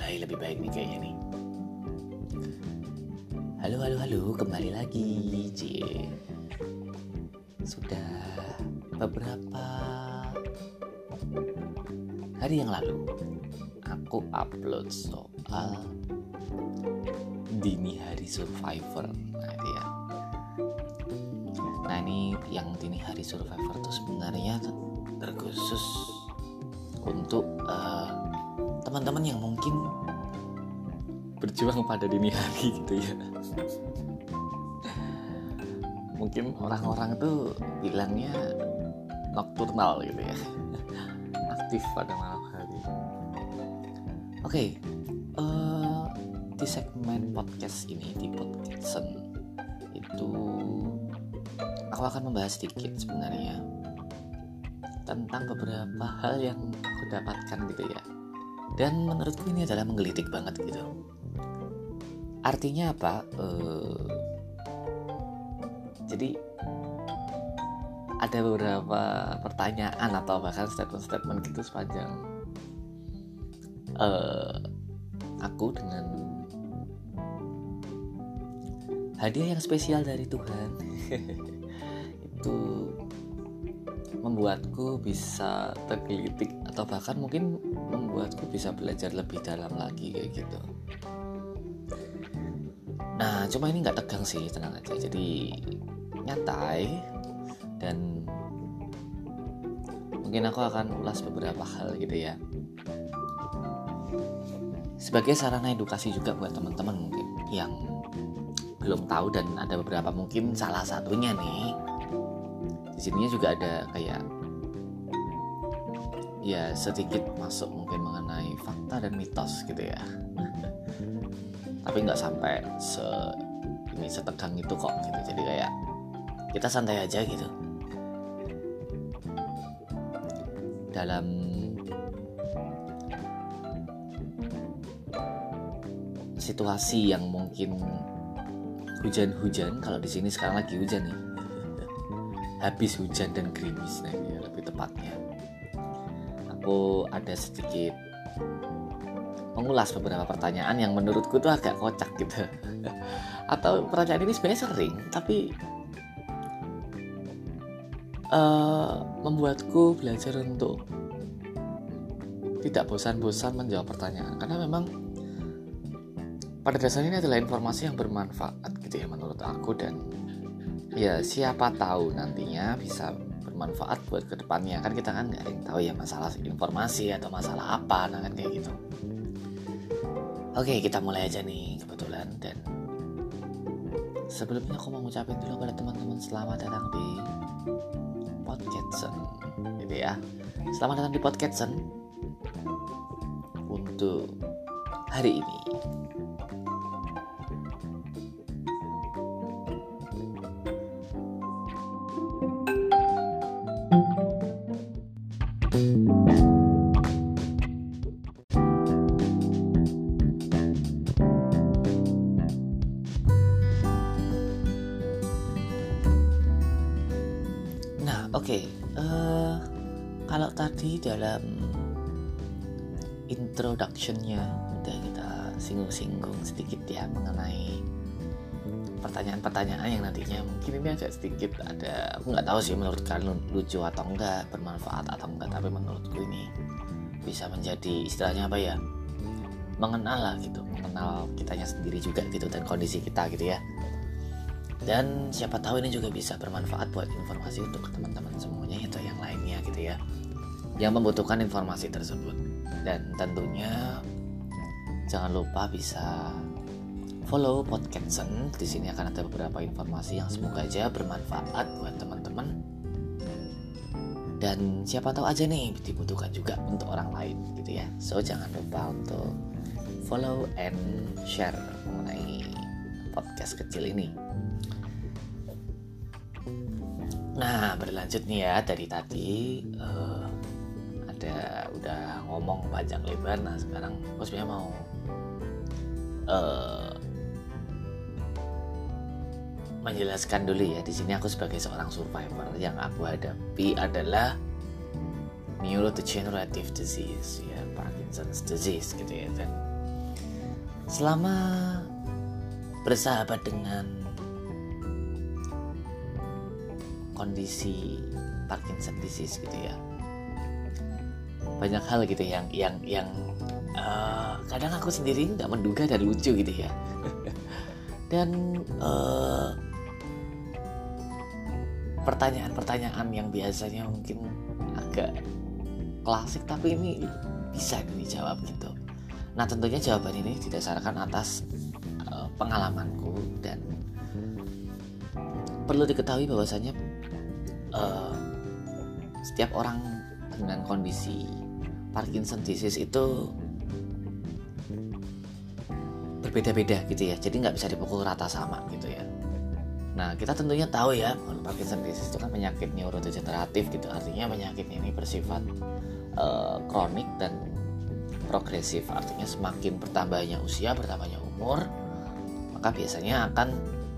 lebih baik nih kayaknya nih. Halo, kembali lagi. Cie. Sudah beberapa hari yang lalu aku upload soal dini hari survivor. Nah ini yang dini hari survivor itu sebenarnya terkhusus untuk teman-teman yang mungkin berjuang pada dini hari gitu ya. Mungkin orang-orang tuh bilangnya nocturnal gitu ya, aktif pada malam hari. Oke, di segmen podcast ini, di Podcastsen itu aku akan membahas sedikit sebenarnya tentang beberapa hal yang aku dapatkan gitu ya. Dan menurutku ini adalah menggelitik banget gitu. Artinya apa? Jadi ada beberapa pertanyaan atau bahkan statement-statement gitu sepanjang aku dengan hadiah yang spesial dari Tuhan itu membuatku bisa tergelitik atau bahkan mungkin membuatku bisa belajar lebih dalam lagi kayak gitu. Nah cuma ini gak tegang sih, tenang aja, jadi nyantai. Dan mungkin aku akan ulas beberapa hal gitu ya, sebagai sarana edukasi juga buat teman-teman mungkin yang belum tahu. Dan ada beberapa mungkin salah satunya nih di sininya juga ada kayak ya sedikit masuk mungkin mengenai fakta dan mitos gitu ya. Tapi nggak sampai setegang itu kok gitu. Jadi kayak kita santai aja gitu dalam situasi yang mungkin hujan-hujan. Kalau di sini sekarang lagi hujan nih, habis hujan dan gerimis, nah ya lebih tepatnya. Aku ada sedikit mengulas beberapa pertanyaan yang menurutku tuh agak kocak gitu. Atau pertanyaan ini sebenarnya sering, tapi membuatku belajar untuk tidak bosan-bosan menjawab pertanyaan. Karena memang pada dasarnya ini adalah informasi yang bermanfaat gitu ya menurut aku. Dan ya siapa tahu nantinya bisa bermanfaat buat kedepannya. Kan kita kan gak ada yang tahu ya masalah informasi atau masalah apa, nah kan kayak gitu. Oke, kita mulai aja nih kebetulan. Dan sebelumnya aku mau ngucapin dulu pada teman-teman selamat datang di Podcastsen gitu ya. Selamat datang di Podcastsen untuk hari ini. Oke, kalau tadi dalam introduction-nya udah kita singgung-singgung sedikit ya mengenai pertanyaan-pertanyaan yang nantinya mungkin ini agak sedikit ada, aku nggak tahu sih menurut kalian lucu atau enggak, bermanfaat atau enggak, tapi menurutku ini bisa menjadi istilahnya apa ya, mengenal lah gitu, mengenal kitanya sendiri juga gitu dan kondisi kita gitu ya. Dan siapa tahu ini juga bisa bermanfaat buat informasi untuk teman-teman semuanya atau yang lainnya gitu ya, yang membutuhkan informasi tersebut. Dan tentunya jangan lupa bisa follow Podcastsen. Di sini akan ada beberapa informasi yang semoga aja bermanfaat buat teman-teman. Dan siapa tahu aja nih dibutuhkan juga untuk orang lain gitu ya. So jangan lupa untuk follow and share mengenai podcast kecil ini. Nah berlanjut nih ya, dari tadi udah ngomong panjang lebar. Nah sekarang aku sebenarnya mau menjelaskan dulu ya. Di sini aku sebagai seorang survivor, yang aku hadapi adalah neurodegenerative disease ya, Parkinson's disease gitu ya. Dan Selama bersahabat dengan kondisi Parkinson disease gitu ya, banyak hal gitu yang kadang aku sendiri nggak menduga dan lucu gitu ya. Dan pertanyaan-pertanyaan yang biasanya mungkin agak klasik tapi ini bisa dijawab gitu. Nah tentunya jawaban ini didasarkan atas pengalamanku, dan perlu diketahui bahwasanya setiap orang dengan kondisi Parkinson disease itu berbeda-beda gitu ya, jadi nggak bisa dipukul rata sama gitu ya. Nah kita tentunya tahu ya, Parkinson disease itu kan penyakit neurodegeneratif gitu, artinya penyakit ini bersifat kronik dan progresif, artinya semakin bertambahnya usia, bertambahnya umur, maka biasanya akan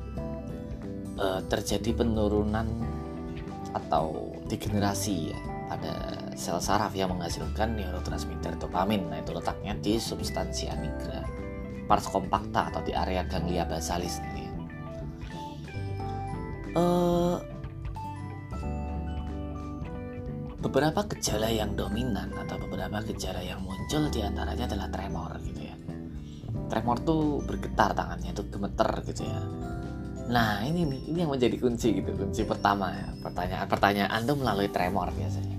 terjadi penurunan atau degenerasi ya pada sel saraf yang menghasilkan neurotransmitter dopamin. Nah itu letaknya di substansia nigra pars compacta atau di area ganglia basalis ini. Beberapa gejala yang dominan atau beberapa gejala yang muncul diantaranya adalah tremor gitu ya. Tremor tuh bergetar tangannya, tuh gemeter gitu ya. Nah ini yang menjadi kunci gitu, kunci pertama ya. Pertanyaan tuh melalui tremor biasanya.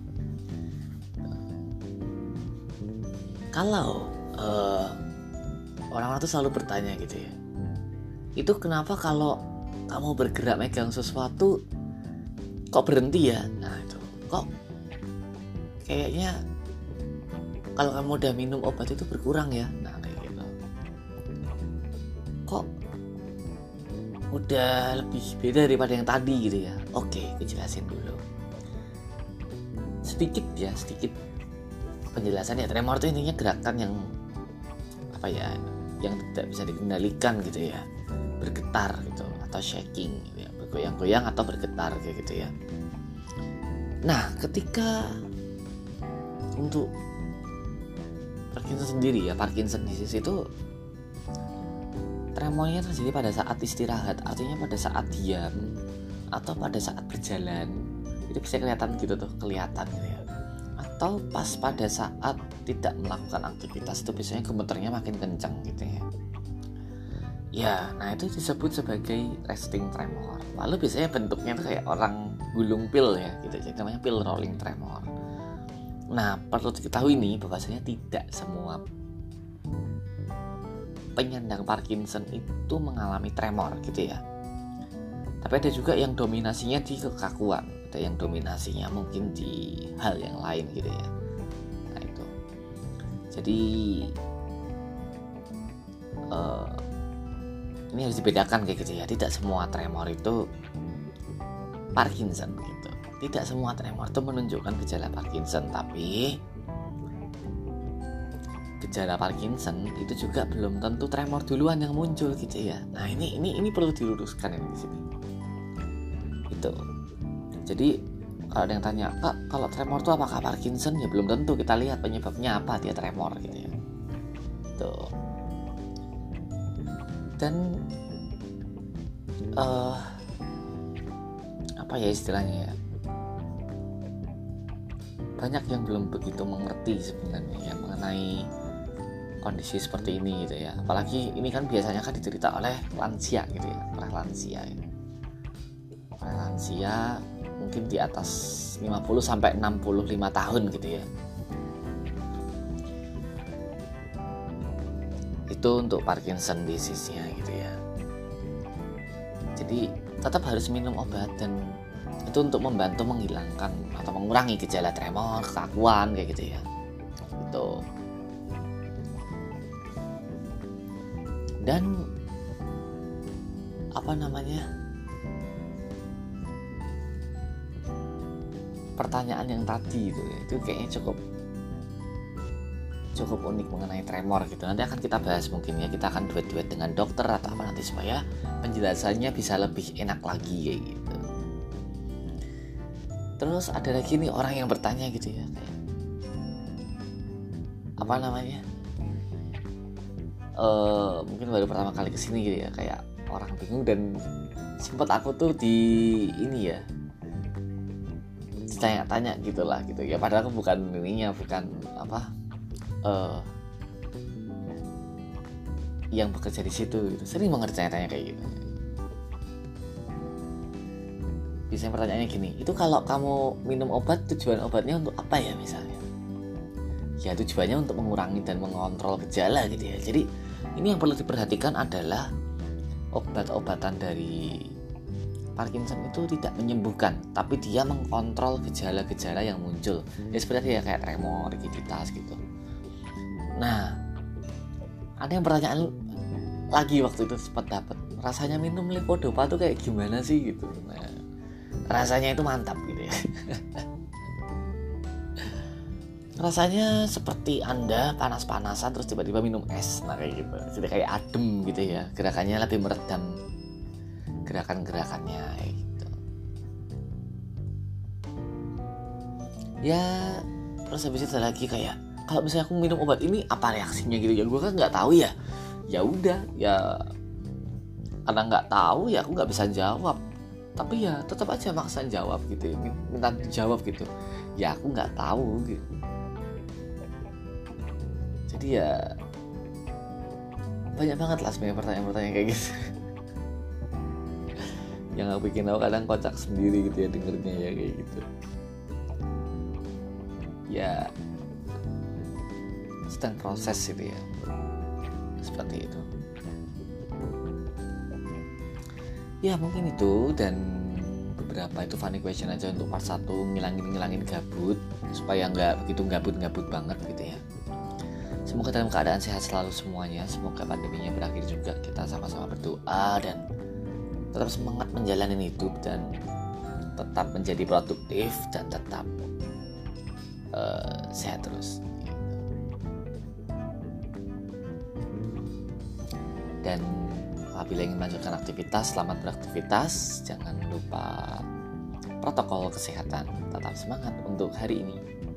Kalau orang-orang tuh selalu bertanya gitu ya, itu kenapa kalau kamu bergerak megang sesuatu kok berhenti ya? Nah itu kok kayaknya kalau kamu udah minum obat itu berkurang ya. Nah kayak gitu, kok udah lebih beda daripada yang tadi gitu ya. Oke, kejelasin dulu sedikit penjelasan ya. Tremor itu intinya gerakan yang apa ya, yang tidak bisa dikendalikan gitu ya, bergetar gitu atau shaking gitu ya, bergoyang-goyang atau bergetar kayak gitu ya. Nah ketika untuk Parkinson sendiri ya, Parkinson disease itu tremornya terjadi pada saat istirahat, artinya pada saat diam atau pada saat berjalan itu bisa kelihatan gitu tuh, ya. Atau pas pada saat tidak melakukan aktivitas itu biasanya gemeternya makin kencang gitu ya. Ya, nah itu disebut sebagai resting tremor. Lalu biasanya bentuknya tuh kayak orang gulung pil ya gitu, jadi namanya pill rolling tremor. Nah perlu diketahui nih bahwasanya tidak semua penyandang Parkinson itu mengalami tremor gitu ya. Tapi ada juga yang dominasinya di kekakuan, ada yang dominasinya mungkin di hal yang lain gitu ya. Nah itu, jadi ini harus dibedakan kayak gitu ya. Tidak semua tremor itu Parkinson gitu. Tidak semua tremor itu menunjukkan gejala Parkinson, tapi gejala Parkinson itu juga belum tentu tremor duluan yang muncul gitu ya. Nah ini perlu diluruskan ini di sini. Itu. Jadi kalau ada yang tanya, Kak, kalau tremor itu apakah Parkinson? Ya belum tentu, kita lihat penyebabnya apa dia tremor gitu ya. Tuh. Dan apa ya istilahnya ya, banyak yang belum begitu mengerti sebenarnya ya mengenai kondisi seperti ini gitu ya. Apalagi ini kan biasanya kan dicerita oleh lansia gitu ya, oleh lansia mungkin di atas 50 sampai 65 tahun gitu ya. Itu untuk Parkinson disease-nya gitu ya. Jadi tetap harus minum obat, dan itu untuk membantu menghilangkan atau mengurangi gejala tremor, kekakuan kayak gitu ya. Itu. Dan apa namanya, pertanyaan yang tadi itu kayaknya cukup unik mengenai tremor gitu. Nanti akan kita bahas mungkin ya, kita akan duet dengan dokter atau apa nanti supaya penjelasannya bisa lebih enak lagi kayak gitu. Terus ada lagi nih orang yang bertanya gitu ya, kayak apa namanya, mungkin baru pertama kali kesini gitu ya, kayak orang bingung, dan sempet aku tuh di ini ya, tanya-tanya gitulah gitu ya, padahal aku bukan ininya, bukan apa yang bekerja di situ gitu. Sering banget tanya-tanya kayak gitu. Biasanya pertanyaannya gini, itu kalau kamu minum obat, tujuan obatnya untuk apa ya misalnya? Ya tujuannya untuk mengurangi dan mengontrol gejala gitu ya. Jadi ini yang perlu diperhatikan adalah obat-obatan dari Parkinson itu tidak menyembuhkan, tapi dia mengkontrol gejala-gejala yang muncul. Ya seperti kayak tremor, rigiditas gitu. Nah, ada yang pertanyaan lagi waktu itu sempat dapat, rasanya minum levodopa tuh kayak gimana sih gitu. Nah, rasanya itu mantap gitu ya. Rasanya seperti Anda panas-panasan terus tiba-tiba minum es, nah kayak gitu. Jadi kayak adem gitu ya. Gerakannya lebih meredam gerakan-gerakannya gitu. Ya, terus habis itu lagi kayak, kalau misalnya aku minum obat ini apa reaksinya gitu ya, gue kan nggak tahu ya. Ya udah ya, karena nggak tahu ya aku nggak bisa jawab, tapi ya tetap aja maksa jawab gitu, minta jawab gitu ya, aku nggak tahu gitu. Jadi ya banyak banget lah sebenarnya pertanyaan-pertanyaan kayak gitu. Yang aku bikin aku kadang kocak sendiri gitu ya dengernya ya kayak gitu. Ya sedang proses gitu ya, seperti itu. Ya mungkin itu, dan beberapa itu funny question aja untuk part 1, ngilangin gabut supaya nggak begitu gabut banget gitu ya. Semoga dalam keadaan sehat selalu semuanya, semoga pandeminya berakhir juga, kita sama-sama berdoa dan tetap semangat menjalani hidup dan tetap menjadi produktif dan tetap sehat terus gitu. Dan apabila ingin melanjutkan aktivitas, selamat beraktivitas. Jangan lupa protokol kesehatan. Tetap semangat untuk hari ini.